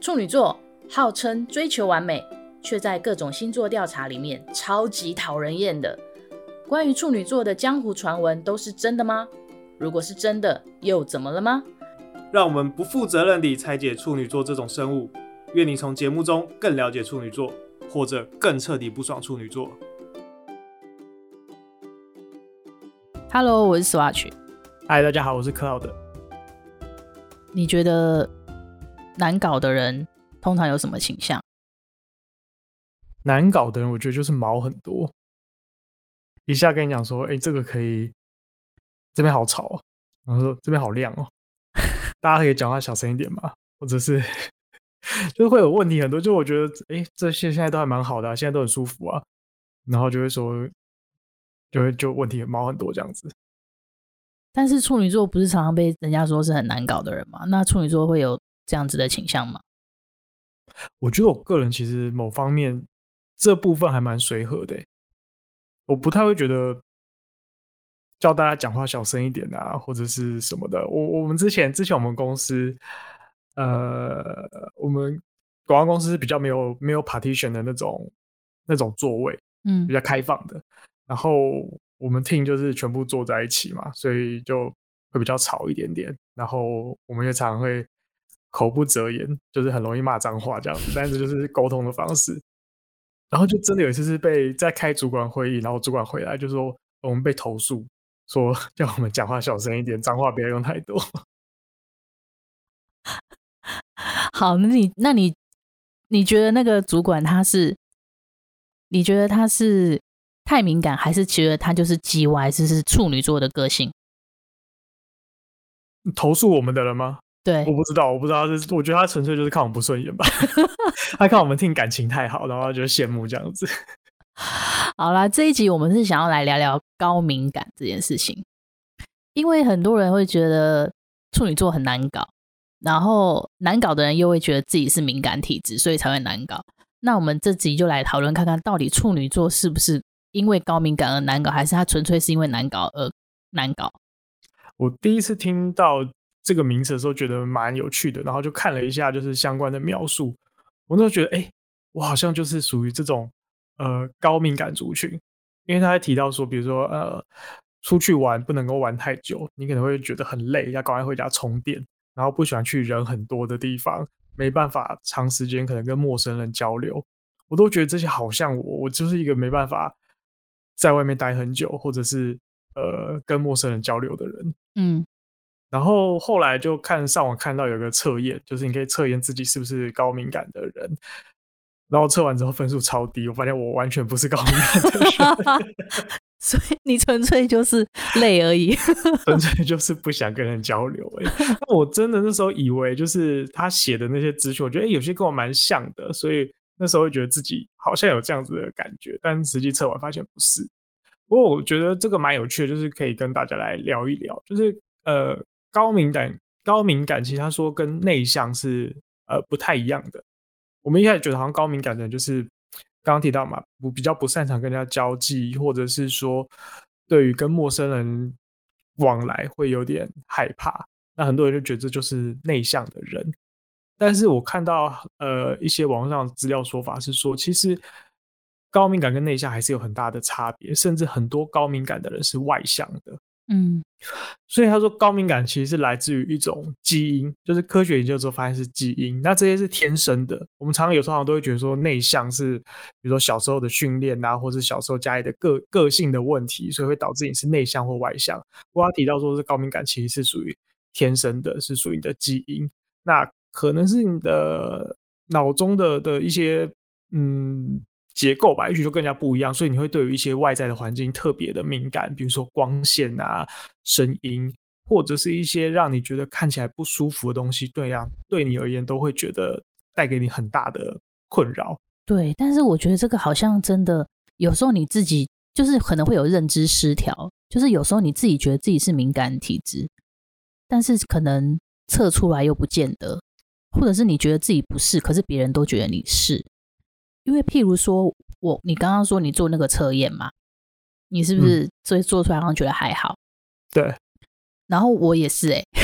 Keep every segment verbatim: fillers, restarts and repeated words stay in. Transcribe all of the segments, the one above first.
处女座号称追求完美，却在各种星座调查里面超级讨人厌的。关于处女座的江湖传闻都是真的吗？如果是真的，又怎么了吗？ 让我们不负责任地拆解处女座这种生物。愿你从节目中更了解处女座，或者更彻底不爽处女座。 Hello， 我是 Swatch。 嗨，大家好，我是 Cloud。 你觉得难搞的人通常有什么倾向？ 难搞的人，我觉得就是毛很多，一下跟你讲说，哎、欸，这个可以，这边好吵、喔，然后说这边好亮哦、喔，大家可以讲话小声一点嘛，或者是就是会有问题很多。就我觉得，哎、欸，这些现在都还蛮好的、啊，现在都很舒服啊，然后就会说，就会就问题毛很多这样子。 但是处女座不是常常被人家说是很难搞的人吗？那处女座会有这样子的倾向吗？ 我觉得我个人其实某方面这部分还蛮随和的、欸，我不太会觉得叫大家讲话小声一点啊，或者是什么的。我我们之前之前我们公司，呃，我们广告公司是比较没有没有 partition 的那种那种座位，嗯，比较开放的。然后我们 team 就是全部坐在一起嘛，所以就会比较吵一点点。然后我们也常会口不择言，就是很容易骂脏话这样子，但是就是沟通的方式。然后就真的有一次是被在开主管会议，然后主管回来就说我们被投诉，说叫我们讲话小声一点，脏话不要用太多。 好，那你那你你觉得那个主管他是，你觉得他是太敏感，还是觉得他就是叽歪，这是处女座的个性？ 投诉我们的人吗？ 对， 我不知道，我不知道，我觉得他纯粹就是看我们不顺眼吧。他看我们听感情太好，然后就羡慕这样子。 好啦，这一集我们是想要来聊聊高敏感这件事情，因为很多人会觉得处女座很难搞，然后难搞的人又会觉得自己是敏感体质，所以才会难搞。那我们这集就来讨论看看，到底处女座是不是因为高敏感而难搞，还是他纯粹是因为难搞而难搞？ 我第一次听到这个名词的时候觉得蛮有趣的，然后就看了一下就是相关的描述。我那时候觉得，哎、欸，我好像就是属于这种呃高敏感族群，因为他还提到说，比如说呃出去玩不能够玩太久，你可能会觉得很累，要赶快回家充电，然后不喜欢去人很多的地方，没办法长时间可能跟陌生人交流。我都觉得这些好像我，我就是一个没办法在外面待很久，或者是呃跟陌生人交流的人。嗯。然后后来就看上网看到有个测验，就是你可以测验自己是不是高敏感的人，然后测完之后分数超低，我发现我完全不是高敏感的人。 所以你纯粹就是累而已。 纯粹就是不想跟人交流而已。我真的那时候以为就是他写的那些资讯，我觉得、欸、有些跟我蛮像的，所以那时候会觉得自己好像有这样子的感觉，但实际测完发现不是。不过我觉得这个蛮有趣的，就是可以跟大家来聊一聊，就是呃高敏感高敏感其实他说跟内向是呃不太一样的。我们一开始觉得好像高敏感的人就是刚刚提到嘛，比较不擅长跟人家交际，或者是说对于跟陌生人往来会有点害怕，那很多人就觉得这就是内向的人。但是我看到呃一些网络上的资料说法是说，其实高敏感跟内向还是有很大的差别，甚至很多高敏感的人是外向的。嗯，所以他说高敏感其实是来自于一种基因，就是科学研究之后发现是基因，那这些是天生的。我们常常有时候都会觉得说内向是比如说小时候的训练啊，或是小时候家里的个个性的问题，所以会导致你是内向或外向。不过他提到说是高敏感其实是属于天生的，是属于你的基因，那可能是你的脑中的的一些嗯结构吧，也许就更加不一样，所以你会对于一些外在的环境特别的敏感，比如说光线啊、声音，或者是一些让你觉得看起来不舒服的东西，对啊，对你而言都会觉得带给你很大的困扰。 对，但是我觉得这个好像真的有时候你自己就是可能会有认知失调，就是有时候你自己觉得自己是敏感体质，但是可能测出来又不见得，或者是你觉得自己不是，可是别人都觉得你是。因为譬如说我你刚刚说你做那个测验嘛，你是不是做做出来好像觉得还好？ 对， 然后我也是欸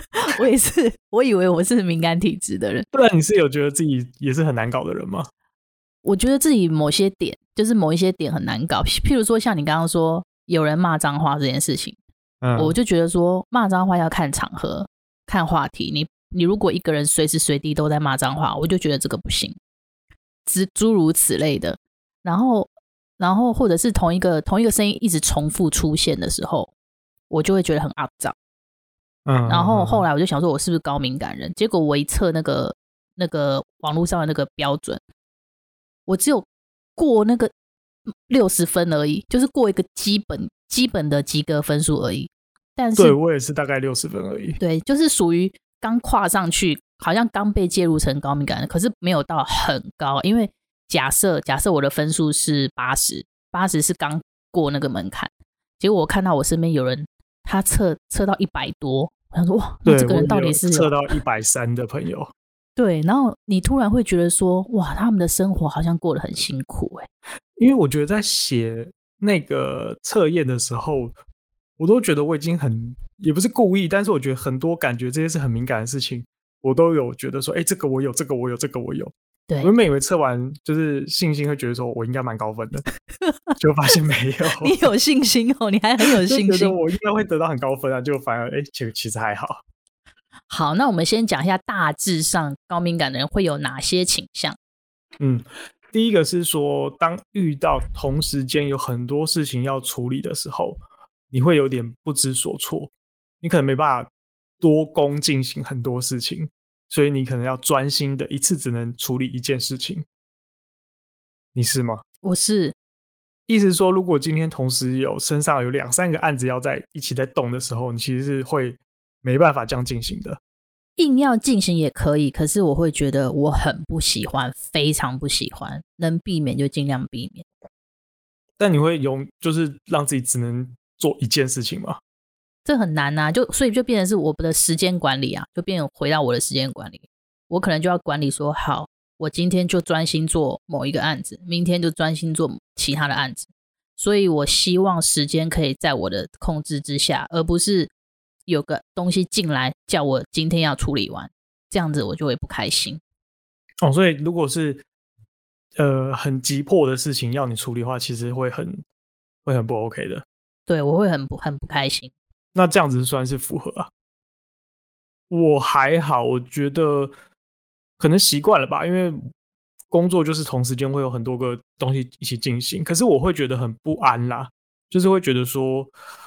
我也是，我以为我是敏感体质的人。 不然你是有觉得自己也是很难搞的人吗？ 我觉得自己某些点，就是某一些点很难搞，譬如说像你刚刚说有人骂脏话这件事情，嗯，我就觉得说骂脏话要看场合、看话题。你你如果一个人随时随地都在骂脏话，我就觉得这个不行，诸如此类的。然后，然后或者是同一个同一个声音一直重复出现的时候，我就会觉得很肮脏。嗯，然后后来我就想说，我是不是高敏感人？结果我一测那个那个网络上的那个标准，我只有过那个六十分而已，就是过一个基本基本的及格分数而已。但是对我也是大概六十分而已。 对，就是属于刚跨上去，好像刚被介入成高敏感，可是没有到很高。因为假设假设我的分数是八十，八十是刚过那个门槛，结果我看到我身边有人他测测到一百多，我想说哇，那这个人到底是测到一百三的朋友。 对，然后你突然会觉得说，哇，他们的生活好像过得很辛苦哎、欸。 因为我觉得在写那个测验的时候，我都觉得我已经很也不是故意，但是我觉得很多感觉这些是很敏感的事情，我都有觉得说，哎、欸，这个我有，这个我有，这个我有。 对， 我原本以为测完就是信心会觉得说我应该蛮高分的，结果发现没有。 你有信心哦，你还很有信心， 我应该会得到很高分啊，结果反而哎，其实其实还好。 好，那我们先讲一下大致上高敏感的人会有哪些倾向。 嗯，第一个是说，当遇到同时间有很多事情要处理的时候，你会有点不知所措，你可能没办法多工进行很多事情，所以你可能要专心的一次只能处理一件事情。你是吗？ 我是。 意思是说，如果今天同时有身上有两三个案子要在一起在动的时候，你其实是会没办法这样进行的。 硬要进行也可以，可是我会觉得我很不喜欢，非常不喜欢，能避免就尽量避免。 但你会用就是让自己只能做一件事情吗？ 这很难啊，就所以就变成是我的时间管理啊，就变成回到我的时间管理。我可能就要管理说，好，我今天就专心做某一个案子，明天就专心做其他的案子。所以我希望时间可以在我的控制之下，而不是有个东西进来叫我今天要处理完，这样子我就会不开心。 哦，所以如果是呃很急迫的事情要你处理的话，其实会很会很不 OK 的。 对，我会很不很不开心。 那这样子算是符合啊？我还好，我觉得可能习惯了吧，因为工作就是同时间会有很多个东西一起进行，可是我会觉得很不安啦，就是会觉得说，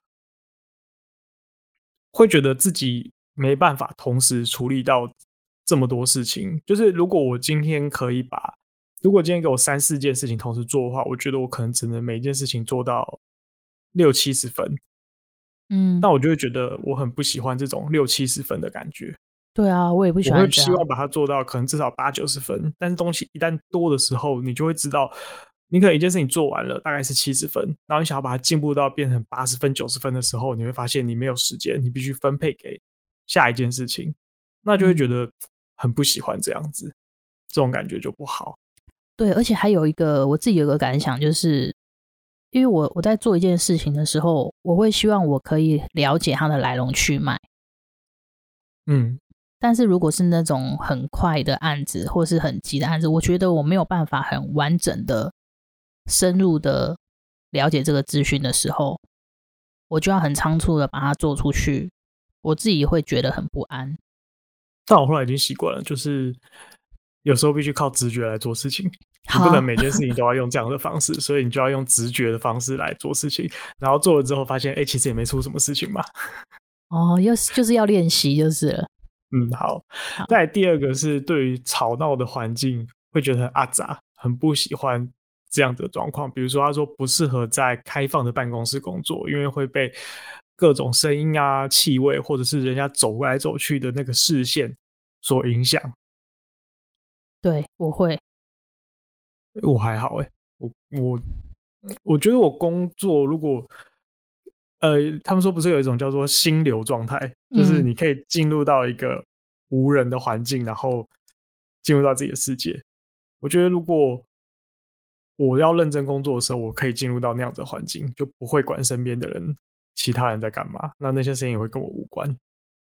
会觉得自己没办法同时处理到这么多事情。就是如果我今天可以把，如果今天给我三四件事情同时做的话，我觉得我可能只能每一件事情做到六七十分。 嗯， 那我就会觉得我很不喜欢这种六七十分的感觉。 对啊，我也不喜欢这样。 我会希望把它做到可能至少八九十分，但是东西一旦多的时候，你就会知道，你可能一件事情做完了大概是七十分，然后你想要把它进步到变成八十分、九十分的时候，你会发现你没有时间，你必须分配给下一件事情，那就会觉得很不喜欢这样子，这种感觉就不好。 对，而且还有一个我自己有个感想，就是因为我我在做一件事情的时候，我会希望我可以了解它的来龙去脉。 嗯， 但是如果是那种很快的案子或是很急的案子，我觉得我没有办法很完整的深入的了解这个资讯的时候，我就要很仓促的把它做出去，我自己会觉得很不安。 但我后来已经习惯了，就是有时候必须靠直觉来做事情，你不能每件事情都要用这样的方式，所以你就要用直觉的方式来做事情，然后做了之后发现，哎、欸，其实也没出什么事情嘛。 哦，又是就是要练习就是了。 嗯，好。 好， 再来第二个是对于吵闹的环境会觉得很阿杂，很不喜欢这样的状况。比如说，他说不适合在开放的办公室工作，因为会被各种声音啊、气味，或者是人家走来走去的那个视线所影响。 对，我会。 我还好哎、欸，我我我觉得我工作如果呃，他们说不是有一种叫做心流状态，就是你可以进入到一个无人的环境，然后进入到自己的世界。我觉得如果我要认真工作的时候，我可以进入到那样子的环境，就不会管身边的人、其他人在干嘛，那那些事情也会跟我无关。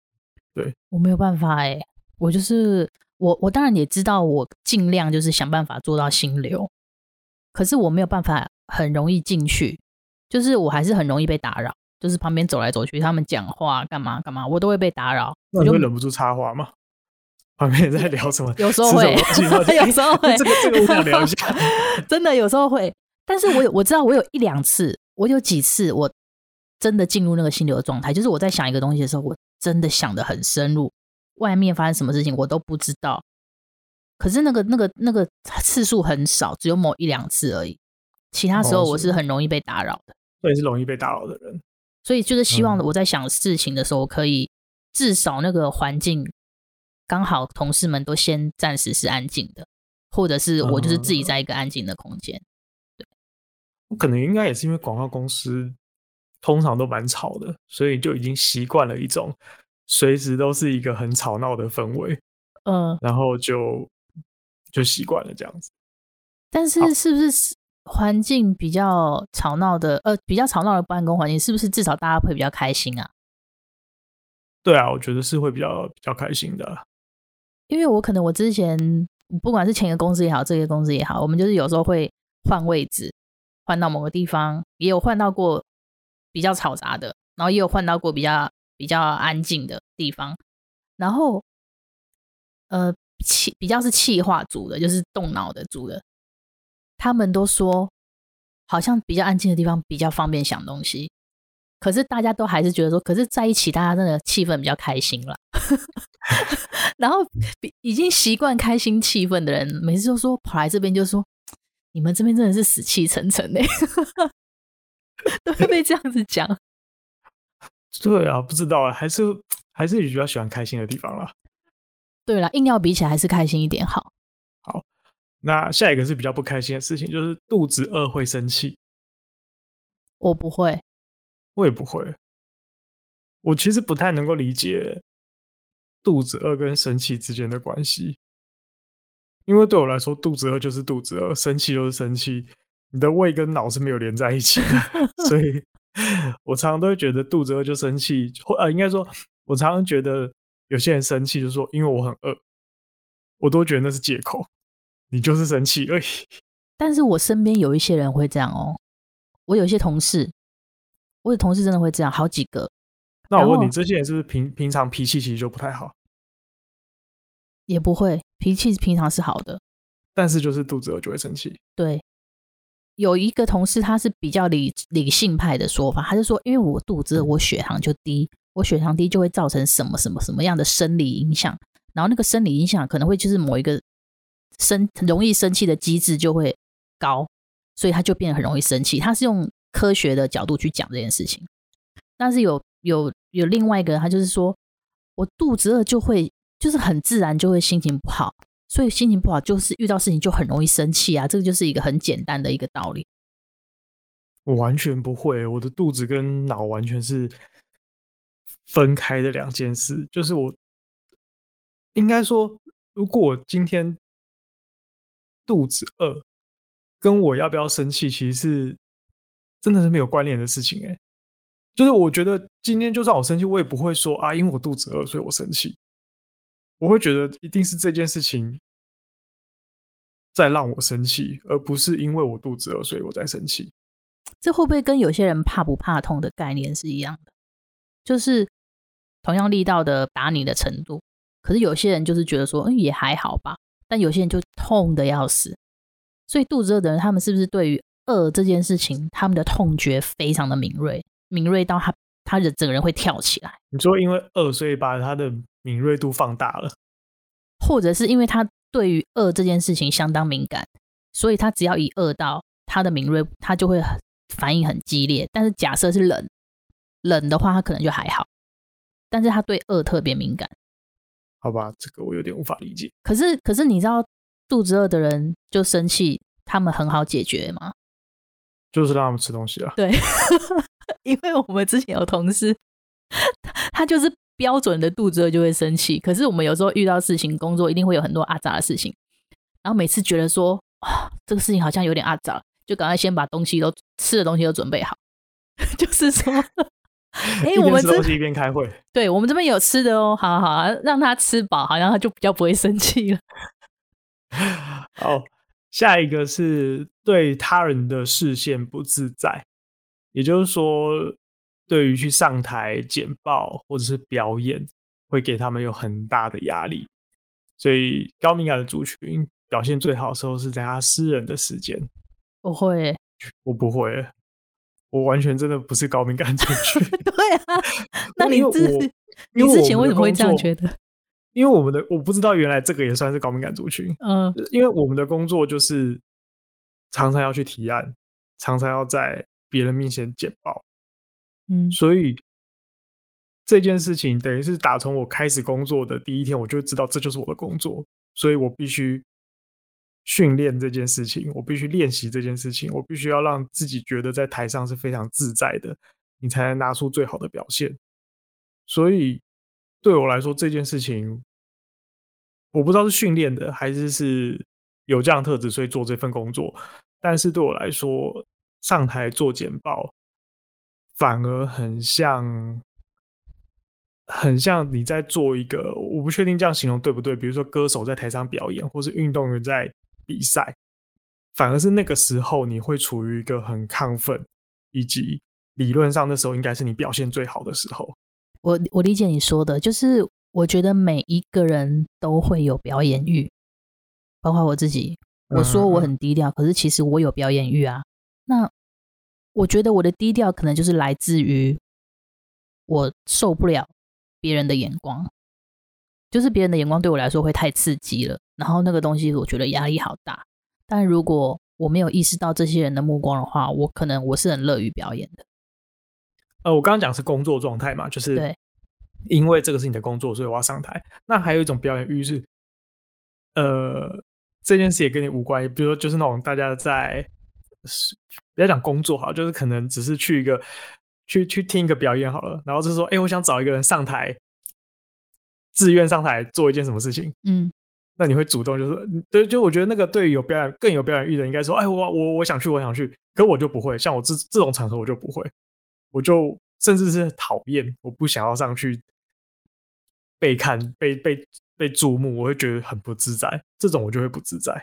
对， 我没有办法哎、欸，我就是我，我当然也知道，我尽量就是想办法做到心流，可是我没有办法很容易进去，就是我还是很容易被打扰，就是旁边走来走去，他们讲话干嘛干嘛，我都会被打扰。 那你会忍不住插话吗？旁边人在聊什么？ 有时候会，有时候会， 这个这个我想聊一下。 真的有时候会，但是我有我知道我有一两次，我有几次我真的进入那个心流的状态，就是我在想一个东西的时候，我真的想得很深入，外面发生什么事情我都不知道，可是那个那个那个次数很少，只有某一两次而已，其他时候我是很容易被打扰的。 对，是容易被打扰的人， 所以就是希望我在想事情的时候，可以至少那个环境刚好同事们都先暂时是安静的，或者是我就是自己在一个安静的空间。对， 我可能应该也是因为广告公司通常都蛮吵的，所以就已经习惯了一种随时都是一个很吵闹的氛围，嗯，然后就就习惯了这样子。 但是是不是环境比较吵闹的，呃，比较吵闹的办公环境，是不是至少大家会比较开心啊？ 对啊，我觉得是会比较比较开心的啊。 因为我可能我之前不管是前一个公司也好，这个公司也好，我们就是有时候会换位置，换到某个地方，也有换到过比较嘈杂的，然后也有换到过比较比较安静的地方，然后呃气比较是企划组的，就是动脑的组的，他们都说好像比较安静的地方比较方便想东西，可是大家都还是觉得说，可是在一起大家真的气氛比较开心啦。然后已经习惯开心气氛的人，每次都说跑来这边就说，你们这边真的是死气沉沉欸都会被这样子讲。 对啊，不知道啊，还是还是比较喜欢开心的地方啦。 对啦，硬要比起来还是开心一点好。 好，那下一个是比较不开心的事情，就是肚子饿会生气。 我不会， 我也不会。我其实不太能够理解肚子饿跟生气之间的关系，因为对我来说，肚子饿就是肚子饿，生气就是生气，你的胃跟脑是没有连在一起的，所以我常常都会觉得肚子饿就生气，或呃，应该说，我常常觉得有些人生气就说因为我很饿，我都觉得那是借口，你就是生气而已。 但是我身边有一些人会这样哦，我有一些同事，我有同事真的会这样，好几个。 那我问你，这些人是不是平平常脾气其实就不太好？ 也不会，脾气平常是好的， 但是就是肚子饿就会生气。 对，有一个同事他是比较理理性派的说法，他就说，因为我肚子饿，我血糖就低，我血糖低就会造成什么什么什么样的生理影响，然后那个生理影响可能会就是某一个生容易生气的机制就会高，所以他就变得很容易生气。他是用科学的角度去讲这件事情，但是有有有另外一个人，他就是说我肚子饿就会就是很自然就会心情不好，所以心情不好就是遇到事情就很容易生气啊，这个就是一个很简单的一个道理。 我完全不会，我的肚子跟脑完全是分开的两件事。就是我应该说，如果我今天肚子饿，跟我要不要生气，其实是真的是没有关联的事情。哎，就是我觉得今天就算我生气，我也不会说啊，因为我肚子饿，所以我生气。我会觉得一定是这件事情在让我生气，而不是因为我肚子饿，所以我在生气。 这会不会跟有些人怕不怕痛的概念是一样的？就是同样力道的打你的程度，可是有些人就是觉得说，嗯，也还好吧，但有些人就痛的要死。所以肚子饿的人，他们是不是对于饿这件事情，他们的痛觉非常的敏锐，敏锐到他他的整个人会跳起来？ 你说因为饿，所以把他的敏锐度放大了， 或者是因为他对于饿这件事情相当敏感，所以他只要一饿到，他的敏锐他就会反应很激烈。但是假设是冷冷的话，他可能就还好，但是他对饿特别敏感。 好吧，这个我有点无法理解。 可是可是你知道肚子饿的人就生气，他们很好解决吗？ 就是让他们吃东西啊。 对因为我们之前有同事他就是标准的肚子饿就会生气，可是我们有时候遇到事情，工作一定会有很多阿杂的事情，然后每次觉得说啊，这个事情好像有点阿杂，就赶快先把东西都吃的东西都准备好就是说哎、 一我们这边吃东西一边开会。 对我们这边有吃的哦，好好好，让他吃饱，好像他就比较不会生气了。 好，下一个是对他人的视线不自在，也就是说，对于去上台简报或者是表演，会给他们有很大的压力。所以高敏感的族群表现最好的时候是在他私人的时间。 我会耶， 我不会耶，我完全真的不是高敏感族群。 对啊，那你之因为我你之前为什么会这样觉得？ 得？ 因为我们的我不知道原来这个也算是高敏感族群。 嗯， 因为我们的工作就是常常要去提案，常常要在别人面前简报， 嗯， 所以这件事情等于是打从我开始工作的第一天，我就知道这就是我的工作，所以我必须训练这件事情，我必须练习这件事情，我必须要让自己觉得在台上是非常自在的，你才能拿出最好的表现。所以对我来说，这件事情我不知道是训练的，还是是有这样的特质，所以做这份工作。但是对我来说，上台做简报反而很像，很像你在做一个，我不确定这样形容对不对。比如说歌手在台上表演，或是运动员在比赛，反而是那个时候你会处于一个很亢奋，以及理论上那时候应该是你表现最好的时候。 我我理解你说的，就是我觉得每一个人都会有表演欲，包括我自己。我说我很低调，可是其实我有表演欲啊。那我觉得我的低调可能就是来自于我受不了别人的眼光，就是别人的眼光对我来说会太刺激了，然后那个东西我觉得压力好大。但如果我没有意识到这些人的目光的话，我可能我是很乐于表演的。 呃，我刚刚讲是工作状态嘛，就是因为这个是你的工作，所以我要上台。那还有一种表演欲是，呃，这件事也跟你无关，比如说就是那种大家在，不要讲工作好，就是可能只是去一个去去听一个表演好了，然后就说，哎、欸，我想找一个人上台，自愿上台做一件什么事情，嗯，那你会主动就说，对，就我觉得那个对于有表演更有表演欲的，应该说，哎，我我我想去，我想去，可我就不会，像我这这种场合我就不会。我就甚至是讨厌，我不想要上去被看、被被被注目，我会觉得很不自在。这种我就会不自在。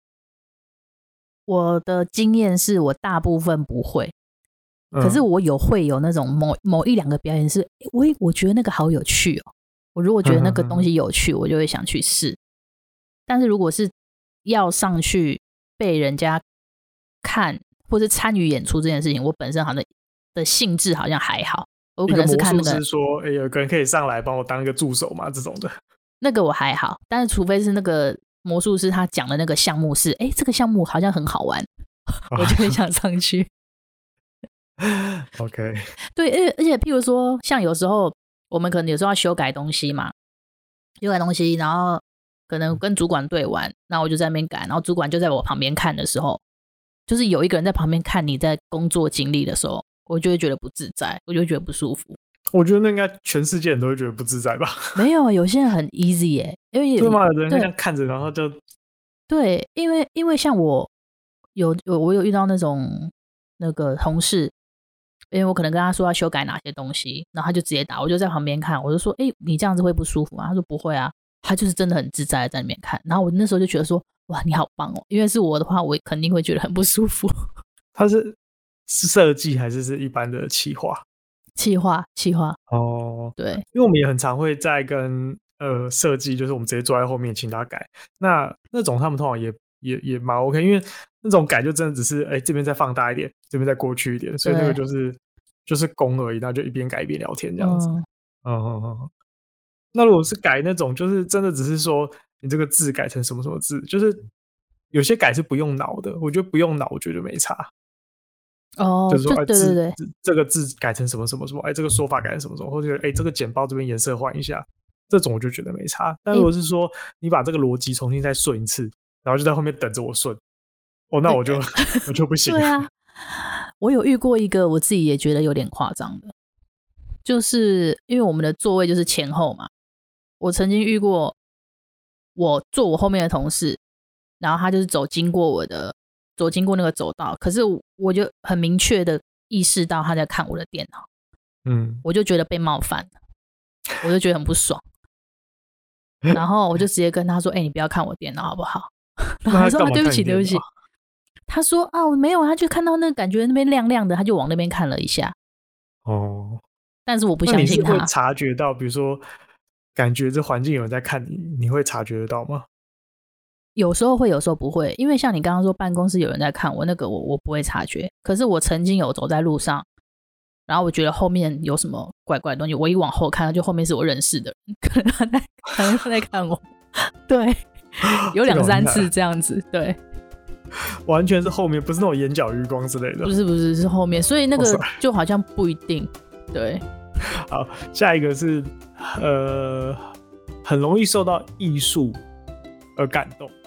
我的经验是我大部分不会，嗯、可是我有会有那种某某一两个表演是，我我觉得那个好有趣哦。我如果觉得那个东西有趣，我就会想去试。但是如果是要上去被人家看或是参与演出这件事情，我本身好像的性质好像还好，我可能是看那个魔术师说，哎、欸，有个人可以上来帮我当一个助手嘛，这种的， 那个我还好。但是除非是那个魔术师他讲的那个项目是，哎、欸，这个项目好像很好玩，我就会想上去。 OK， 对，而且譬如说，像有时候我们可能有时候要修改东西嘛，修改东西，然后可能跟主管对完，然后我就在那边改，然后主管就在我旁边看的时候，就是有一个人在旁边看你在工作经历的时候，我就会觉得不自在，我就会觉得不舒服。 我觉得那应该全世界人都会觉得不自在吧？ 没有，有些人很 easy 耶、欸，因为对吗？有人这样看着，然后就对，因为因为像我有有我有遇到那种那个同事，因为我可能跟他说要修改哪些东西，然后他就直接打，我就在旁边看，我就说，哎、欸，你这样子会不舒服吗？他说不会啊，他就是真的很自在在那边看，然后我那时候就觉得说，哇，你好棒哦，因为是我的话，我肯定会觉得很不舒服。 他是设计还是是一般的企划？ 企划，企划哦， 对， 因为我们也很常会在跟呃设计，就是我们直接坐在后面请他改，那那种他们通常也也也蛮 OK， 因为那种改就真的只是哎、欸、这边再放大一点，这边再过去一点，所以那个就是就是工而已，那就一边改一边聊天这样子。嗯嗯嗯。那如果是改那种，就是真的只是说你这个字改成什么什么字，就是有些改是不用脑的，我觉得不用脑，我觉得没差。 哦， 就是说，哎、欸， 对对对， 这个字改成什么什么什么，哎、欸，这个说法改成什么什么，或者哎、欸，这个简报这边颜色换一下，这种我就觉得没差。但如果是说你把这个逻辑重新再顺一次，然后就在后面等着我顺，哦，那我就我就不行了。 对啊，我有遇过一个我自己也觉得有点夸张的，就是因为我们的座位就是前后嘛，我曾经遇过我坐我后面的同事，然后他就是走经过我的。走经过那个走道，可是我就很明确的意识到他在看我的电脑， 嗯， 我就觉得被冒犯了，我就觉得很不爽。然后我就直接跟他说：“哎、欸，你不要看我电脑好不好？”然后他说：“啊，对不起，对不起。”他说：“啊，我没有，他就看到那个感觉那边亮亮的，他就往那边看了一下。”哦，但是我不相信他。 那你是会察觉到，比如说感觉这环境有人在看你，你会察觉得到吗？ 有时候会，有时候不会，因为像你刚刚说办公室有人在看我，那个我我不会察觉。可是我曾经有走在路上，然后我觉得后面有什么怪怪的东西，我一往后看，就后面是我认识的人，可能他在可能他在看我。对，有两三次这样子。对， 完全是后面，不是那种眼角余光之类的。 不是不是是后面，所以那个就好像不一定。对， 好，下一个是呃，很容易受到艺术而感动。